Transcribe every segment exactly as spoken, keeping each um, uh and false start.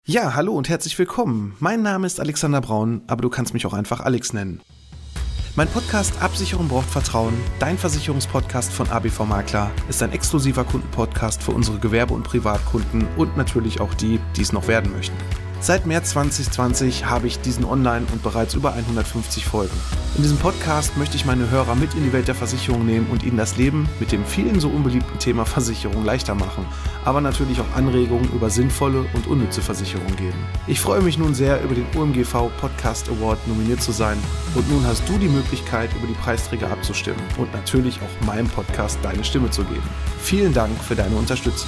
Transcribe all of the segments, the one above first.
Ja, hallo und herzlich willkommen. Mein Name ist Alexander Braun, aber du kannst mich auch einfach Alex nennen. Mein Podcast Absicherung braucht Vertrauen, dein Versicherungspodcast von A B V Makler, ist ein exklusiver Kundenpodcast für unsere Gewerbe- und Privatkunden und natürlich auch die, die es noch werden möchten. Seit März zwanzig zwanzig habe ich diesen online und bereits über hundertfünfzig Folgen. In diesem Podcast möchte ich meine Hörer mit in die Welt der Versicherung nehmen und ihnen das Leben mit dem vielen so unbeliebten Thema Versicherung leichter machen, aber natürlich auch Anregungen über sinnvolle und unnütze Versicherung geben. Ich freue mich nun sehr, über den O M G V Podcast Award nominiert zu sein und nun hast du die Möglichkeit, über die Preisträger abzustimmen und natürlich auch meinem Podcast deine Stimme zu geben. Vielen Dank für deine Unterstützung.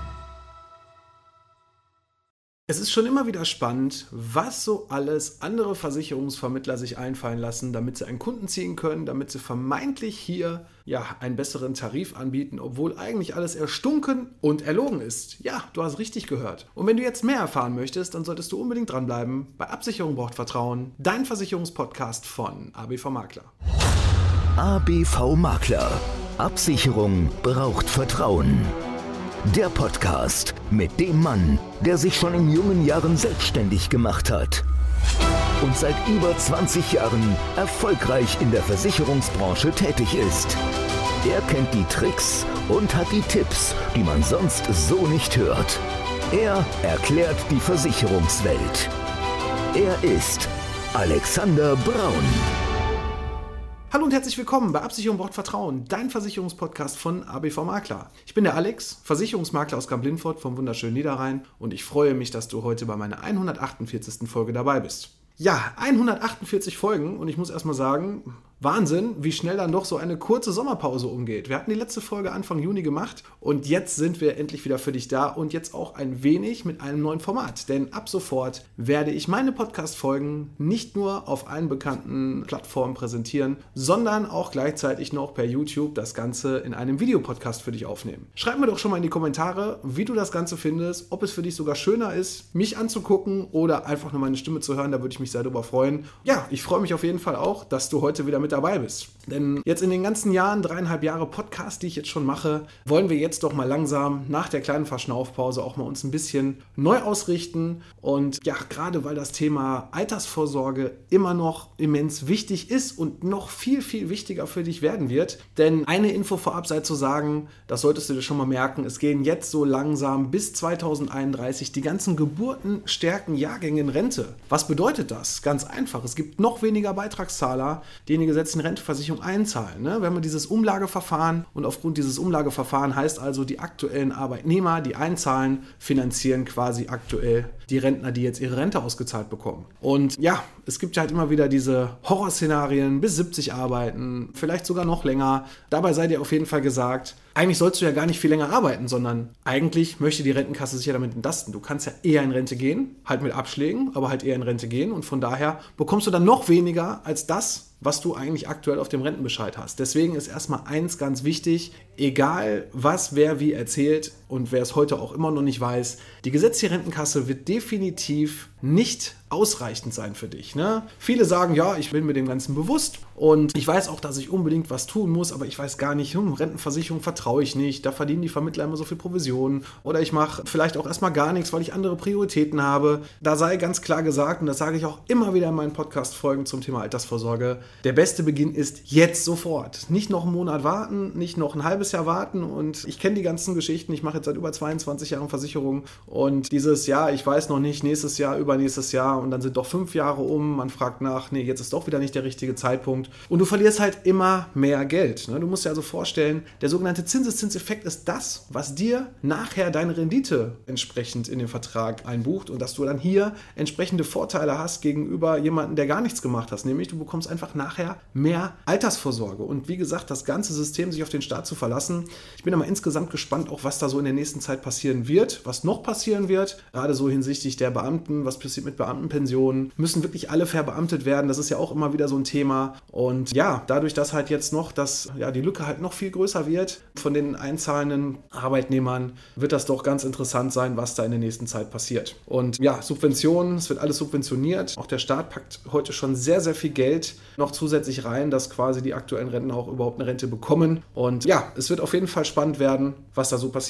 Es ist schon immer wieder spannend, was so alles andere Versicherungsvermittler sich einfallen lassen, damit sie einen Kunden ziehen können, damit sie vermeintlich hier ja einen besseren Tarif anbieten, obwohl eigentlich alles erstunken und erlogen ist. Ja, du hast richtig gehört. Und wenn du jetzt mehr erfahren möchtest, dann solltest du unbedingt dranbleiben. Bei Absicherung braucht Vertrauen, dein Versicherungspodcast von A B V Makler. A B V Makler. Absicherung braucht Vertrauen. Der Podcast mit dem Mann, der sich schon in jungen Jahren selbstständig gemacht hat und seit über zwanzig Jahren erfolgreich in der Versicherungsbranche tätig ist. Er kennt die Tricks und hat die Tipps, die man sonst so nicht hört. Er erklärt die Versicherungswelt. Er ist Alexander Braun. Hallo und herzlich willkommen bei Absicherung braucht Vertrauen, dein Versicherungspodcast von A B V Makler. Ich bin der Alex, Versicherungsmakler aus Kamp-Lindfort vom wunderschönen Niederrhein und ich freue mich, dass du heute bei meiner hundertachtundvierzigsten Folge dabei bist. Ja, hundertachtundvierzig Folgen und ich muss erstmal sagen, Wahnsinn, wie schnell dann doch so eine kurze Sommerpause umgeht. Wir hatten die letzte Folge Anfang Juni gemacht und jetzt sind wir endlich wieder für dich da und jetzt auch ein wenig mit einem neuen Format. Denn ab sofort werde ich meine Podcast-Folgen nicht nur auf allen bekannten Plattformen präsentieren, sondern auch gleichzeitig noch per YouTube das Ganze in einem Videopodcast für dich aufnehmen. Schreib mir doch schon mal in die Kommentare, wie du das Ganze findest, ob es für dich sogar schöner ist, mich anzugucken oder einfach nur meine Stimme zu hören, da würde ich mich sehr darüber freuen. Ja, ich freue mich auf jeden Fall auch, dass du heute wieder mit dabei bist. Denn jetzt in den ganzen Jahren, dreieinhalb Jahre Podcast, die ich jetzt schon mache, wollen wir jetzt doch mal langsam nach der kleinen Verschnaufpause auch mal uns ein bisschen neu ausrichten. Und ja, gerade weil das Thema Altersvorsorge immer noch immens wichtig ist und noch viel, viel wichtiger für dich werden wird. Denn eine Info vorab sei zu sagen, das solltest du dir schon mal merken, es gehen jetzt so langsam bis zweitausendeinunddreißig die ganzen geburtenstarken Jahrgänge in Rente. Was bedeutet das? Ganz einfach, es gibt noch weniger Beitragszahler, die in die gesetzlichen Rentenversicherung einzahlen. Ne? Wir haben dieses Umlageverfahren und aufgrund dieses Umlageverfahrens heißt also, die aktuellen Arbeitnehmer, die einzahlen, finanzieren quasi aktuell die Rentner, die jetzt ihre Rente ausgezahlt bekommen. Und ja, es gibt halt immer wieder diese Horrorszenarien, bis siebzig arbeiten, vielleicht sogar noch länger. Dabei sei dir auf jeden Fall gesagt, eigentlich sollst du ja gar nicht viel länger arbeiten, sondern eigentlich möchte die Rentenkasse sich ja damit entlasten. Du kannst ja eher in Rente gehen, halt mit Abschlägen, aber halt eher in Rente gehen und von daher bekommst du dann noch weniger als das, was du eigentlich aktuell auf dem Rentenbescheid hast. Deswegen ist erstmal eins ganz wichtig, egal was wer wie erzählt und wer es heute auch immer noch nicht weiß, die gesetzliche Rentenkasse wird definitiv nicht ausreichend sein für dich. Ne? Viele sagen, ja, ich bin mir dem Ganzen bewusst und ich weiß auch, dass ich unbedingt was tun muss, aber ich weiß gar nicht, hm, Rentenversicherung vertraue ich nicht, da verdienen die Vermittler immer so viel Provisionen oder ich mache vielleicht auch erstmal gar nichts, weil ich andere Prioritäten habe. Da sei ganz klar gesagt, und das sage ich auch immer wieder in meinen Podcast-Folgen zum Thema Altersvorsorge, der beste Beginn ist jetzt sofort. Nicht noch einen Monat warten, nicht noch ein halbes Jahr warten und ich kenne die ganzen Geschichten, ich mache jetzt seit über zweiundzwanzig Jahren Versicherung und dieses Jahr, ich weiß noch nicht, nächstes Jahr, übernächstes Jahr und dann sind doch fünf Jahre um, man fragt nach, nee, jetzt ist doch wieder nicht der richtige Zeitpunkt und du verlierst halt immer mehr Geld. Ne? Du musst dir also vorstellen, der sogenannte Zinseszinseffekt ist das, was dir nachher deine Rendite entsprechend in den Vertrag einbucht und dass du dann hier entsprechende Vorteile hast gegenüber jemandem, der gar nichts gemacht hat, nämlich du bekommst einfach nachher mehr Altersvorsorge und wie gesagt, das ganze System sich auf den Staat zu verlassen. Ich bin aber insgesamt gespannt, auch was da so in der nächsten Zeit passieren wird, was noch passieren wird, gerade so hinsichtlich der Beamten, was passiert mit Beamtenpensionen, müssen wirklich alle verbeamtet werden, das ist ja auch immer wieder so ein Thema und ja, dadurch, dass halt jetzt noch, dass ja, die Lücke halt noch viel größer wird von den einzahlenden Arbeitnehmern, wird das doch ganz interessant sein, was da in der nächsten Zeit passiert. Und ja, Subventionen, es wird alles subventioniert, auch der Staat packt heute schon sehr, sehr viel Geld noch zusätzlich rein, dass quasi die aktuellen Rentner auch überhaupt eine Rente bekommen und ja, es wird auf jeden Fall spannend werden, was da so passiert.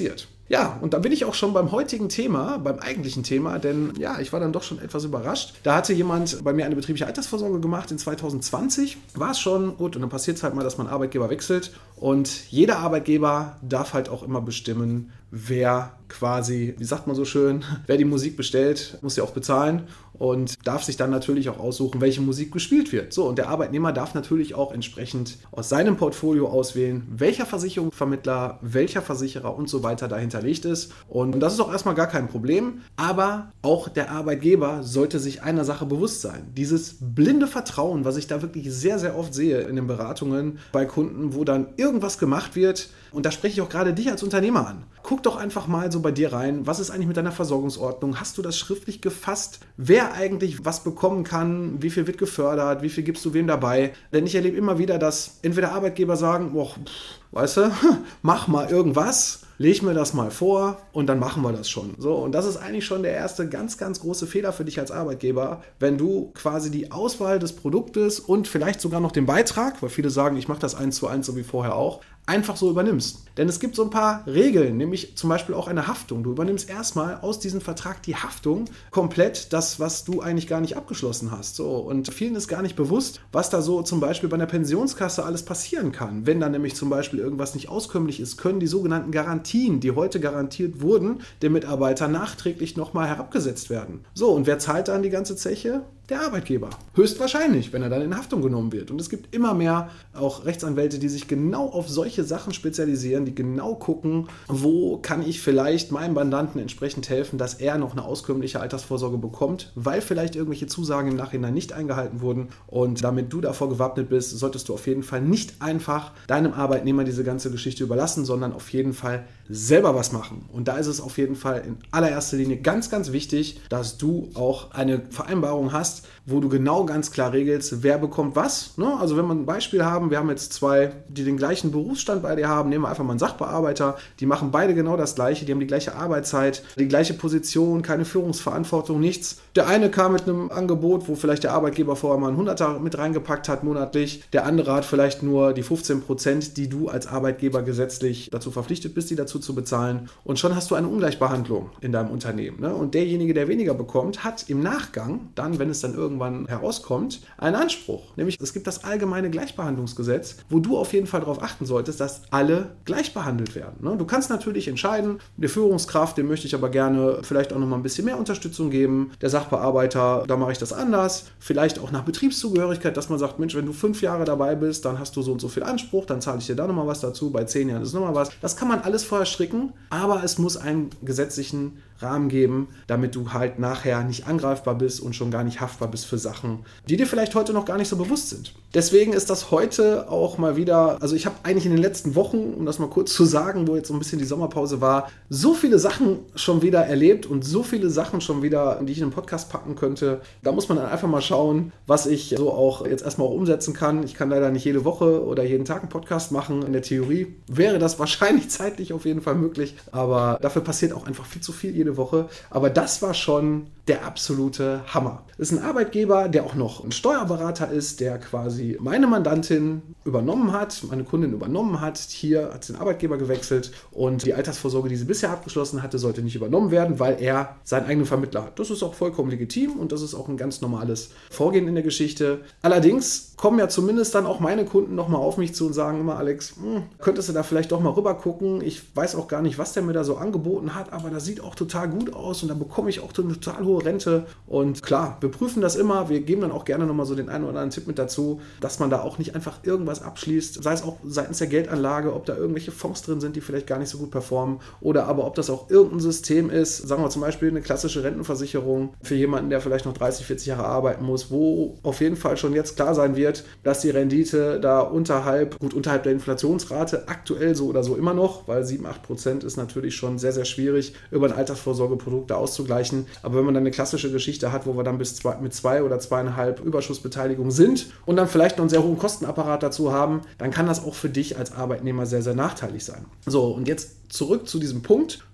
Ja, und da bin ich auch schon beim heutigen Thema, beim eigentlichen Thema, denn ja, ich war dann doch schon etwas überrascht. Da hatte jemand bei mir eine betriebliche Altersvorsorge gemacht in zwanzig zwanzig. War es schon gut und dann passiert es halt mal, dass man Arbeitgeber wechselt und jeder Arbeitgeber darf halt auch immer bestimmen, wer quasi, wie sagt man so schön, wer die Musik bestellt, muss ja auch bezahlen und darf sich dann natürlich auch aussuchen, welche Musik gespielt wird. So, und der Arbeitnehmer darf natürlich auch entsprechend aus seinem Portfolio auswählen, welcher Versicherungsvermittler, welcher Versicherer und so weiter dahinterlegt ist. Und das ist auch erstmal gar kein Problem, aber auch der Arbeitgeber sollte sich einer Sache bewusst sein. Dieses blinde Vertrauen, was ich da wirklich sehr, sehr oft sehe in den Beratungen bei Kunden, wo dann irgendwas gemacht wird, und da spreche ich auch gerade dich als Unternehmer an. Guck doch einfach mal so bei dir rein, was ist eigentlich mit deiner Versorgungsordnung? Hast du das schriftlich gefasst? Wer eigentlich was bekommen kann? Wie viel wird gefördert? Wie viel gibst du wem dabei? Denn ich erlebe immer wieder, dass entweder Arbeitgeber sagen, boah, weißt du, mach mal irgendwas, leg mir das mal vor und dann machen wir das schon. So, und das ist eigentlich schon der erste ganz, ganz große Fehler für dich als Arbeitgeber, wenn du quasi die Auswahl des Produktes und vielleicht sogar noch den Beitrag, weil viele sagen, ich mache das eins zu eins so wie vorher auch, einfach so übernimmst. Denn es gibt so ein paar Regeln, nämlich zum Beispiel auch eine Haftung. Du übernimmst erstmal aus diesem Vertrag die Haftung komplett, das, was du eigentlich gar nicht abgeschlossen hast. So, und vielen ist gar nicht bewusst, was da so zum Beispiel bei einer Pensionskasse alles passieren kann. Wenn da nämlich zum Beispiel irgendwas nicht auskömmlich ist, können die sogenannten Garantien, die heute garantiert wurden, dem Mitarbeiter nachträglich nochmal herabgesetzt werden. So, und wer zahlt dann die ganze Zeche? Der Arbeitgeber. Höchstwahrscheinlich, wenn er dann in Haftung genommen wird. Und es gibt immer mehr auch Rechtsanwälte, die sich genau auf solche Sachen spezialisieren, die genau gucken, wo kann ich vielleicht meinem Mandanten entsprechend helfen, dass er noch eine auskömmliche Altersvorsorge bekommt, weil vielleicht irgendwelche Zusagen im Nachhinein nicht eingehalten wurden. Und damit du davor gewappnet bist, solltest du auf jeden Fall nicht einfach deinem Arbeitnehmer diese ganze Geschichte überlassen, sondern auf jeden Fall selber was machen. Und da ist es auf jeden Fall in allererster Linie ganz, ganz wichtig, dass du auch eine Vereinbarung hast, wo du genau ganz klar regelst, wer bekommt was. Ne? Also wenn wir ein Beispiel haben, wir haben jetzt zwei, die den gleichen Berufsstand bei dir haben, nehmen wir einfach mal einen Sachbearbeiter, die machen beide genau das Gleiche, die haben die gleiche Arbeitszeit, die gleiche Position, keine Führungsverantwortung, nichts. Der eine kam mit einem Angebot, wo vielleicht der Arbeitgeber vorher mal einen Hunderter mit reingepackt hat monatlich, der andere hat vielleicht nur die fünfzehn Prozent, die du als Arbeitgeber gesetzlich dazu verpflichtet bist, die dazu zu bezahlen, und schon hast du eine Ungleichbehandlung in deinem Unternehmen. Ne? Und derjenige, der weniger bekommt, hat im Nachgang, dann, wenn es dann irgendwann herauskommt, einen Anspruch. Nämlich, es gibt das allgemeine Gleichbehandlungsgesetz, wo du auf jeden Fall darauf achten solltest, dass alle gleich behandelt werden. Ne? Du kannst natürlich entscheiden, der Führungskraft, dem möchte ich aber gerne vielleicht auch noch mal ein bisschen mehr Unterstützung geben. Der Sachbearbeiter, da mache ich das anders. Vielleicht auch nach Betriebszugehörigkeit, dass man sagt, Mensch, wenn du fünf Jahre dabei bist, dann hast du so und so viel Anspruch, dann zahle ich dir da nochmal was dazu. Bei zehn Jahren ist nochmal was. Das kann man alles vorher stricken, aber es muss einen gesetzlichen Rahmen geben, damit du halt nachher nicht angreifbar bist und schon gar nicht haftbar bist für Sachen, die dir vielleicht heute noch gar nicht so bewusst sind. Deswegen ist das heute auch mal wieder, also ich habe eigentlich in den letzten Wochen, um das mal kurz zu sagen, wo jetzt so ein bisschen die Sommerpause war, so viele Sachen schon wieder erlebt und so viele Sachen schon wieder, die ich in den Podcast packen könnte. Da muss man dann einfach mal schauen, was ich so auch jetzt erstmal auch umsetzen kann. Ich kann leider nicht jede Woche oder jeden Tag einen Podcast machen. In der Theorie wäre das wahrscheinlich zeitlich auf jeden Fall möglich, aber dafür passiert auch einfach viel zu viel jede Woche. Aber das war schon der absolute Hammer. Das ist ein Arbeitgeber, der auch noch ein Steuerberater ist, der quasi meine Mandantin übernommen hat, meine Kundin übernommen hat. Hier hat sie den Arbeitgeber gewechselt und die Altersvorsorge, die sie bisher abgeschlossen hatte, sollte nicht übernommen werden, weil er seinen eigenen Vermittler hat. Das ist auch vollkommen legitim und das ist auch ein ganz normales Vorgehen in der Geschichte. Allerdings kommen ja zumindest dann auch meine Kunden nochmal auf mich zu und sagen immer, Alex, hm, könntest du da vielleicht doch mal rüber gucken? Ich weiß auch gar nicht, was der mir da so angeboten hat, aber das sieht auch total gut aus und da bekomme ich auch eine total hohe Rente. Und klar, wir prüfen das immer. Wir geben dann auch gerne nochmal so den einen oder anderen Tipp mit dazu, dass man da auch nicht einfach irgendwas abschließt, sei es auch seitens der Geldanlage, ob da irgendwelche Fonds drin sind, die vielleicht gar nicht so gut performen oder aber ob das auch irgendein System ist, sagen wir zum Beispiel eine klassische Rentenversicherung für jemanden, der vielleicht noch dreißig, vierzig Jahre arbeiten muss, wo auf jeden Fall schon jetzt klar sein wird, dass die Rendite da unterhalb, gut unterhalb der Inflationsrate, aktuell so oder so immer noch, weil sieben, acht Prozent ist natürlich schon sehr, sehr schwierig, über ein Altersvorsorgeprodukt da auszugleichen. Aber wenn man dann eine klassische Geschichte hat, wo wir dann bis zwei, mit zwei oder zweieinhalb Überschussbeteiligung sind und dann vielleicht noch einen sehr hohen Kostenapparat dazu haben, dann kann das auch für dich als Arbeitnehmer sehr, sehr nachteilig sein. So, und jetzt zurück zu diesem Punkt.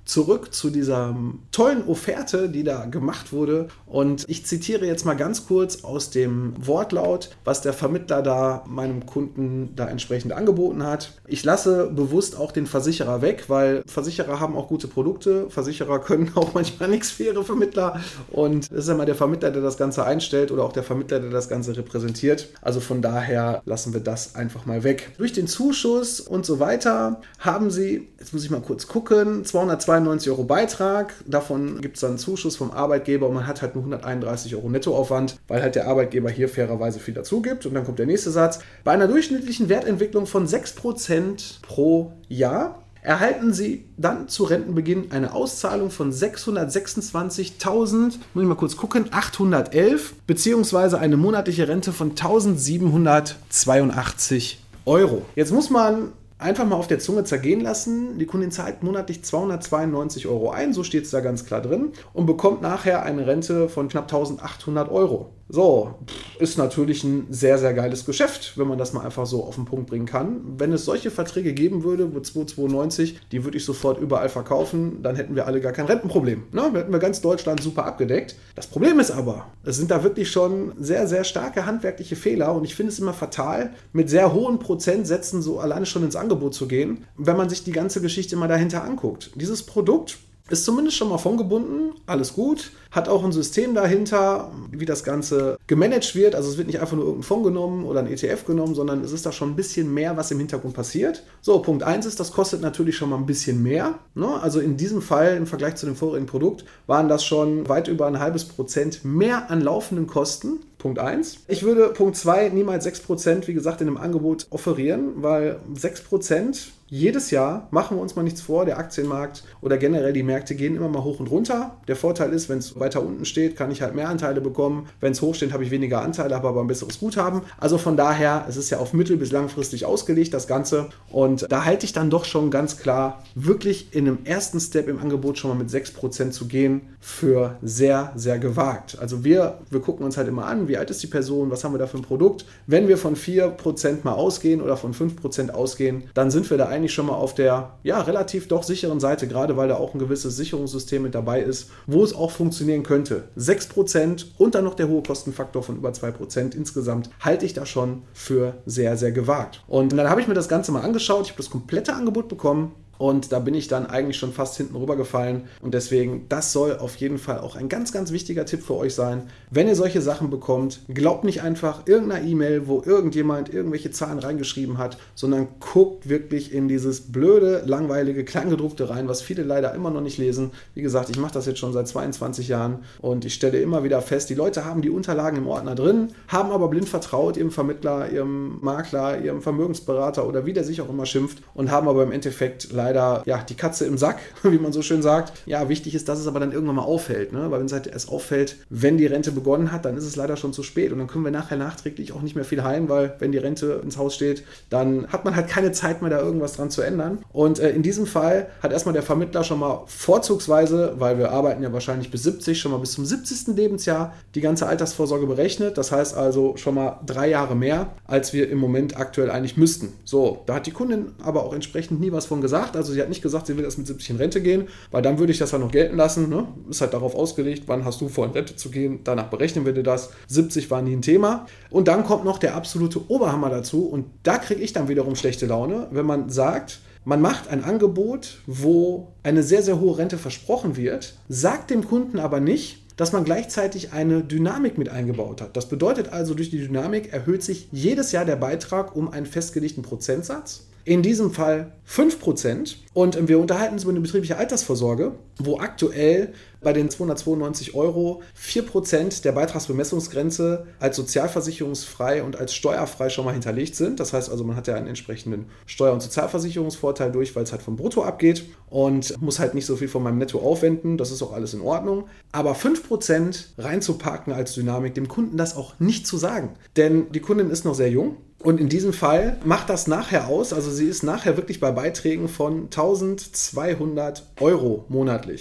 zurück zu dieser tollen Offerte, die da gemacht wurde. Und ich zitiere jetzt mal ganz kurz aus dem Wortlaut, was der Vermittler da meinem Kunden da entsprechend angeboten hat. Ich lasse bewusst auch den Versicherer weg, weil Versicherer haben auch gute Produkte. Versicherer können auch manchmal nichts für ihre Vermittler. Und es ist ja mal der Vermittler, der das Ganze einstellt oder auch der Vermittler, der das Ganze repräsentiert. Also von daher lassen wir das einfach mal weg. Durch den Zuschuss und so weiter haben sie, jetzt muss ich mal kurz gucken, zweihundertzweiundneunzig Euro Beitrag. Davon gibt es dann einen Zuschuss vom Arbeitgeber und man hat halt nur hunderteinunddreißig Euro Nettoaufwand, weil halt der Arbeitgeber hier fairerweise viel dazu gibt. Und dann kommt der nächste Satz. Bei einer durchschnittlichen Wertentwicklung von sechs Prozent pro Jahr erhalten Sie dann zu Rentenbeginn eine Auszahlung von sechshundertsechsundzwanzigtausend, muss ich mal kurz gucken, achthundertelf, beziehungsweise eine monatliche Rente von eintausendsiebenhundertzweiundachtzig Euro. Jetzt muss man einfach mal auf der Zunge zergehen lassen. Die Kundin zahlt monatlich zweihundertzweiundneunzig Euro ein, so steht es da ganz klar drin, und bekommt nachher eine Rente von knapp eintausendachthundert Euro. So, ist natürlich ein sehr, sehr geiles Geschäft, wenn man das mal einfach so auf den Punkt bringen kann. Wenn es solche Verträge geben würde, wo zwei Komma zweiundneunzig, die würde ich sofort überall verkaufen, dann hätten wir alle gar kein Rentenproblem. Ne? Wir hätten wir ganz Deutschland super abgedeckt. Das Problem ist aber, es sind da wirklich schon sehr, sehr starke handwerkliche Fehler und ich finde es immer fatal, mit sehr hohen Prozentsätzen so alleine schon ins Angebot zu gehen, wenn man sich die ganze Geschichte mal dahinter anguckt. Dieses Produkt ist zumindest schon mal fondgebunden, alles gut, hat auch ein System dahinter, wie das Ganze gemanagt wird. Also es wird nicht einfach nur irgendein Fonds genommen oder ein E T F genommen, sondern es ist da schon ein bisschen mehr, was im Hintergrund passiert. So, Punkt eins ist, das kostet natürlich schon mal ein bisschen mehr. Ne? Also in diesem Fall im Vergleich zu dem vorigen Produkt waren das schon weit über ein halbes Prozent mehr an laufenden Kosten. Punkt eins. Ich würde Punkt zwei niemals sechs Prozent, wie gesagt, in einem Angebot offerieren, weil sechs Prozent jedes Jahr, machen wir uns mal nichts vor, der Aktienmarkt oder generell die Märkte gehen immer mal hoch und runter. Der Vorteil ist, wenn es weiter unten steht, kann ich halt mehr Anteile bekommen. Wenn es hoch steht, habe ich weniger Anteile, habe aber ein besseres Guthaben. Also von daher, es ist ja auf mittel- bis langfristig ausgelegt, das Ganze. Und da halte ich dann doch schon ganz klar, wirklich in einem ersten Step im Angebot schon mal mit sechs Prozent zu gehen, für sehr, sehr gewagt. Also wir, wir gucken uns halt immer an, wie alt ist die Person, was haben wir da für ein Produkt. Wenn wir von vier Prozent mal ausgehen oder von fünf Prozent ausgehen, dann sind wir da eigentlich schon mal auf der ja, relativ doch sicheren Seite, gerade weil da auch ein gewisses Sicherungssystem mit dabei ist, wo es auch funktionieren könnte. sechs Prozent und dann noch der hohe Kostenfaktor von über zwei Prozent insgesamt halte ich da schon für sehr, sehr gewagt. Und dann habe ich mir das Ganze mal angeschaut, ich habe das komplette Angebot bekommen. Und da bin ich dann eigentlich schon fast hinten rüber gefallen. Und deswegen, das soll auf jeden Fall auch ein ganz, ganz wichtiger Tipp für euch sein. Wenn ihr solche Sachen bekommt, glaubt nicht einfach irgendeiner E-Mail, wo irgendjemand irgendwelche Zahlen reingeschrieben hat, sondern guckt wirklich in dieses blöde, langweilige, Kleingedruckte rein, was viele leider immer noch nicht lesen. Wie gesagt, ich mache das jetzt schon seit zweiundzwanzig Jahren und ich stelle immer wieder fest, die Leute haben die Unterlagen im Ordner drin, haben aber blind vertraut ihrem Vermittler, ihrem Makler, ihrem Vermögensberater oder wie der sich auch immer schimpft und haben aber im Endeffekt leider leider ja, die Katze im Sack, wie man so schön sagt. Ja, wichtig ist, dass es aber dann irgendwann mal auffällt, ne? Weil wenn es halt erst auffällt, wenn die Rente begonnen hat, dann ist es leider schon zu spät und dann können wir nachher nachträglich auch nicht mehr viel heilen, weil wenn die Rente ins Haus steht, dann hat man halt keine Zeit mehr, da irgendwas dran zu ändern. Und äh, in diesem Fall hat erstmal der Vermittler schon mal vorzugsweise, weil wir arbeiten ja wahrscheinlich bis siebzig, schon mal bis zum siebzigsten Lebensjahr die ganze Altersvorsorge berechnet. Das heißt also schon mal drei Jahre mehr, als wir im Moment aktuell eigentlich müssten. So, da hat die Kundin aber auch entsprechend nie was von gesagt. Also sie hat nicht gesagt, sie will erst mit siebzig in Rente gehen, weil dann würde ich das ja noch gelten lassen. Ne? Ist halt darauf ausgelegt, wann hast du vor, in Rente zu gehen. Danach berechnen wir dir das. siebzig war nie ein Thema. Und dann kommt noch der absolute Oberhammer dazu. Und da kriege ich dann wiederum schlechte Laune, wenn man sagt, man macht ein Angebot, wo eine sehr, sehr hohe Rente versprochen wird, sagt dem Kunden aber nicht, dass man gleichzeitig eine Dynamik mit eingebaut hat. Das bedeutet also, durch die Dynamik erhöht sich jedes Jahr der Beitrag um einen festgelegten Prozentsatz. In diesem Fall fünf Prozent. Und wir unterhalten uns über eine betriebliche Altersvorsorge, wo aktuell bei den zweihundertzweiundneunzig Euro vier Prozent der Beitragsbemessungsgrenze als sozialversicherungsfrei und als steuerfrei schon mal hinterlegt sind. Das heißt also, man hat ja einen entsprechenden Steuer- und Sozialversicherungsvorteil durch, weil es halt vom Brutto abgeht und muss halt nicht so viel von meinem Netto aufwenden. Das ist auch alles in Ordnung. Aber fünf Prozent reinzupacken als Dynamik, dem Kunden das auch nicht zu sagen. Denn die Kundin ist noch sehr jung. Und in diesem Fall macht das nachher aus, also sie ist nachher wirklich bei Beiträgen von eintausendzweihundert Euro monatlich.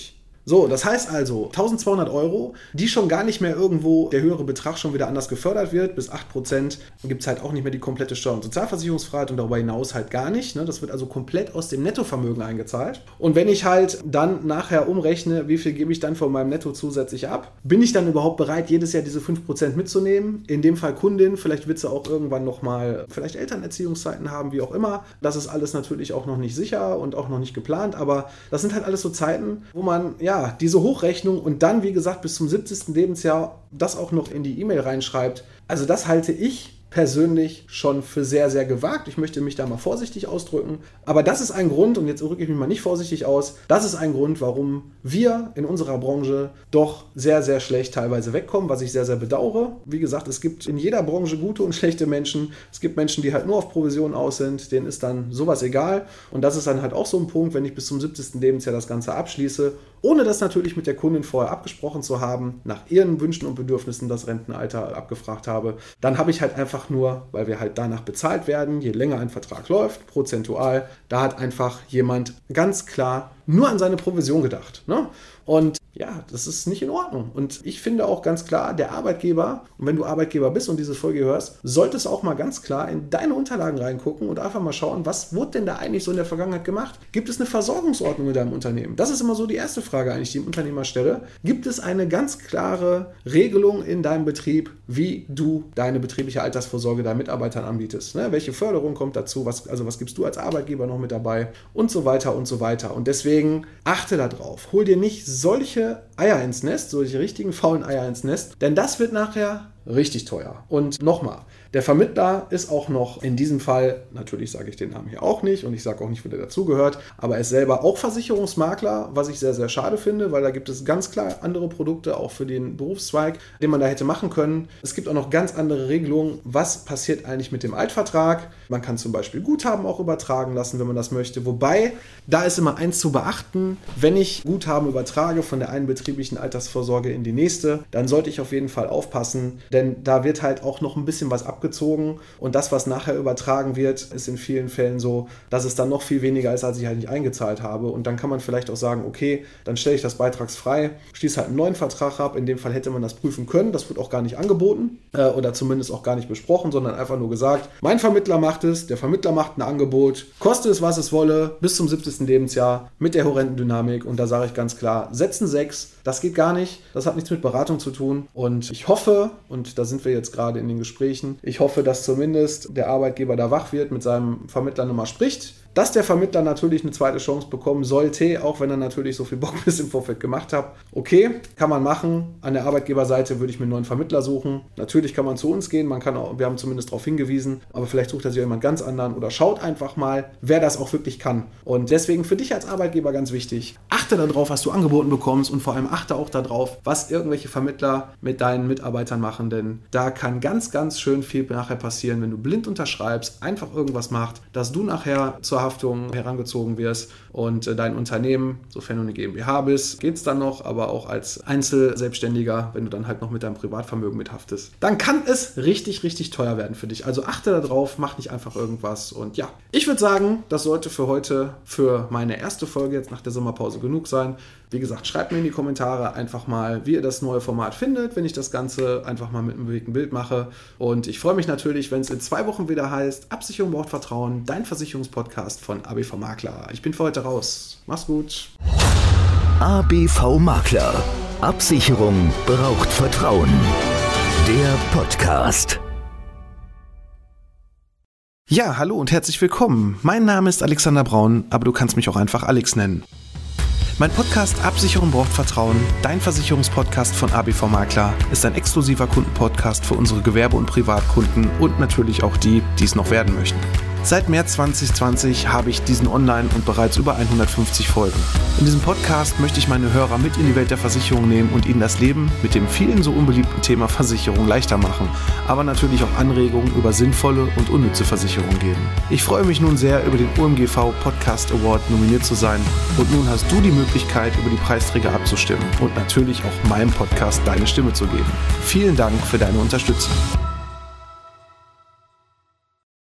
So, das heißt also eintausendzweihundert Euro, die schon gar nicht mehr irgendwo der höhere Betrag schon wieder anders gefördert wird. Bis acht Prozent gibt es halt auch nicht mehr die komplette Steuer- und Sozialversicherungsfreiheit und darüber hinaus halt gar nicht. Ne? Das wird also komplett aus dem Nettovermögen eingezahlt. Und wenn ich halt dann nachher umrechne, wie viel gebe ich dann von meinem Netto zusätzlich ab, bin ich dann überhaupt bereit, jedes Jahr diese fünf Prozent mitzunehmen? In dem Fall Kundin, vielleicht wird sie auch irgendwann nochmal vielleicht Elternerziehungszeiten haben, wie auch immer. Das ist alles natürlich auch noch nicht sicher und auch noch nicht geplant, aber das sind halt alles so Zeiten, wo man, ja, diese Hochrechnung und dann, wie gesagt, bis zum siebzigsten Lebensjahr das auch noch in die E-Mail reinschreibt. Also das halte ich persönlich schon für sehr, sehr gewagt. Ich möchte mich da mal vorsichtig ausdrücken. Aber das ist ein Grund, und jetzt drücke ich mich mal nicht vorsichtig aus, das ist ein Grund, warum wir in unserer Branche doch sehr, sehr schlecht teilweise wegkommen, was ich sehr, sehr bedauere. Wie gesagt, es gibt in jeder Branche gute und schlechte Menschen. Es gibt Menschen, die halt nur auf Provisionen aus sind, denen ist dann sowas egal. Und das ist dann halt auch so ein Punkt, wenn ich bis zum siebzigsten Lebensjahr das Ganze abschließe, ohne das natürlich mit der Kundin vorher abgesprochen zu haben, nach ihren Wünschen und Bedürfnissen das Rentenalter abgefragt habe, dann habe ich halt einfach nur, weil wir halt danach bezahlt werden, je länger ein Vertrag läuft, prozentual, da hat einfach jemand ganz klar nur an seine Provision gedacht. Ne? Und ja, das ist nicht in Ordnung. Und ich finde auch ganz klar, der Arbeitgeber, und wenn du Arbeitgeber bist und diese Folge hörst, solltest auch mal ganz klar in deine Unterlagen reingucken und einfach mal schauen, was wurde denn da eigentlich so in der Vergangenheit gemacht? Gibt es eine Versorgungsordnung in deinem Unternehmen? Das ist immer so die erste Frage eigentlich, die ich dem Unternehmer stelle. Gibt es eine ganz klare Regelung in deinem Betrieb, wie du deine betriebliche Altersvorsorge deinen Mitarbeitern anbietest? Ne? Welche Förderung kommt dazu? Was, also was gibst du als Arbeitgeber noch mit dabei? Und so weiter und so weiter. Und deswegen achte da drauf. Hol dir nicht solche Eier ins Nest, solche richtigen faulen Eier ins Nest, denn das wird nachher richtig teuer. Und nochmal, der Vermittler ist auch noch in diesem Fall, natürlich sage ich den Namen hier auch nicht und ich sage auch nicht, wo der dazugehört, aber er ist selber auch Versicherungsmakler, was ich sehr, sehr schade finde, weil da gibt es ganz klar andere Produkte, auch für den Berufszweig, den man da hätte machen können. Es gibt auch noch ganz andere Regelungen, was passiert eigentlich mit dem Altvertrag. Man kann zum Beispiel Guthaben auch übertragen lassen, wenn man das möchte, wobei, da ist immer eins zu beachten, wenn ich Guthaben übertrage von der einen betrieblichen Altersvorsorge in die nächste, dann sollte ich auf jeden Fall aufpassen, denn da wird halt auch noch ein bisschen was abgezogen und das, was nachher übertragen wird, ist in vielen Fällen so, dass es dann noch viel weniger ist, als ich halt nicht eingezahlt habe und dann kann man vielleicht auch sagen, okay, dann stelle ich das beitragsfrei, schließe halt einen neuen Vertrag ab, in dem Fall hätte man das prüfen können, das wird auch gar nicht angeboten äh, oder zumindest auch gar nicht besprochen, sondern einfach nur gesagt, mein Vermittler macht es, der Vermittler macht ein Angebot, koste es, was es wolle, bis zum siebzigsten Lebensjahr mit der horrenden Dynamik und da sage ich ganz klar, setzen sechs, das geht gar nicht, das hat nichts mit Beratung zu tun und ich hoffe, und da sind wir jetzt gerade in den Gesprächen, ich hoffe, dass zumindest der Arbeitgeber da wach wird, mit seinem Vermittler nochmal spricht, dass der Vermittler natürlich eine zweite Chance bekommen sollte, auch wenn er natürlich so viel Bock bis im Vorfeld gemacht hat. Okay, kann man machen. An der Arbeitgeberseite würde ich mir einen neuen Vermittler suchen. Natürlich kann man zu uns gehen, man kann auch, wir haben zumindest darauf hingewiesen, aber vielleicht sucht er sich jemand ganz anderen oder schaut einfach mal, wer das auch wirklich kann. Und deswegen für dich als Arbeitgeber ganz wichtig, achte darauf, was du angeboten bekommst und vor allem achte auch darauf, was irgendwelche Vermittler mit deinen Mitarbeitern machen, denn da kann ganz, ganz schön viel nachher passieren, wenn du blind unterschreibst, einfach irgendwas macht, dass du nachher zur Haftung herangezogen wirst und äh, dein Unternehmen, sofern du eine GmbH bist, geht es dann noch, aber auch als Einzelselbstständiger, wenn du dann halt noch mit deinem Privatvermögen mithaftest, dann kann es richtig, richtig teuer werden für dich. Also achte darauf, mach nicht einfach irgendwas und ja, ich würde sagen, das sollte für heute, für meine erste Folge jetzt nach der Sommerpause genug sein. Wie gesagt, schreibt mir in die Kommentare einfach mal, wie ihr das neue Format findet, wenn ich das Ganze einfach mal mit einem bewegten Bild mache. Und ich freue mich natürlich, wenn es in zwei Wochen wieder heißt, Absicherung braucht Vertrauen, dein Versicherungspodcast von A B V Makler. Ich bin für heute raus. Mach's gut. A B V Makler. Absicherung braucht Vertrauen. Der Podcast. Ja, hallo und herzlich willkommen. Mein Name ist Alexander Braun, aber du kannst mich auch einfach Alex nennen. Mein Podcast Absicherung braucht Vertrauen, dein Versicherungspodcast von A B V Makler, ist ein exklusiver Kundenpodcast für unsere Gewerbe- und Privatkunden und natürlich auch die, die es noch werden möchten. Seit März zwanzig zwanzig habe ich diesen online und bereits über hundertfünfzig Folgen. In diesem Podcast möchte ich meine Hörer mit in die Welt der Versicherung nehmen und ihnen das Leben mit dem vielen so unbeliebten Thema Versicherung leichter machen, aber natürlich auch Anregungen über sinnvolle und unnütze Versicherungen geben. Ich freue mich nun sehr, über den O M G V Podcast Award nominiert zu sein und nun hast du die Möglichkeit, über die Preisträger abzustimmen und natürlich auch meinem Podcast deine Stimme zu geben. Vielen Dank für deine Unterstützung.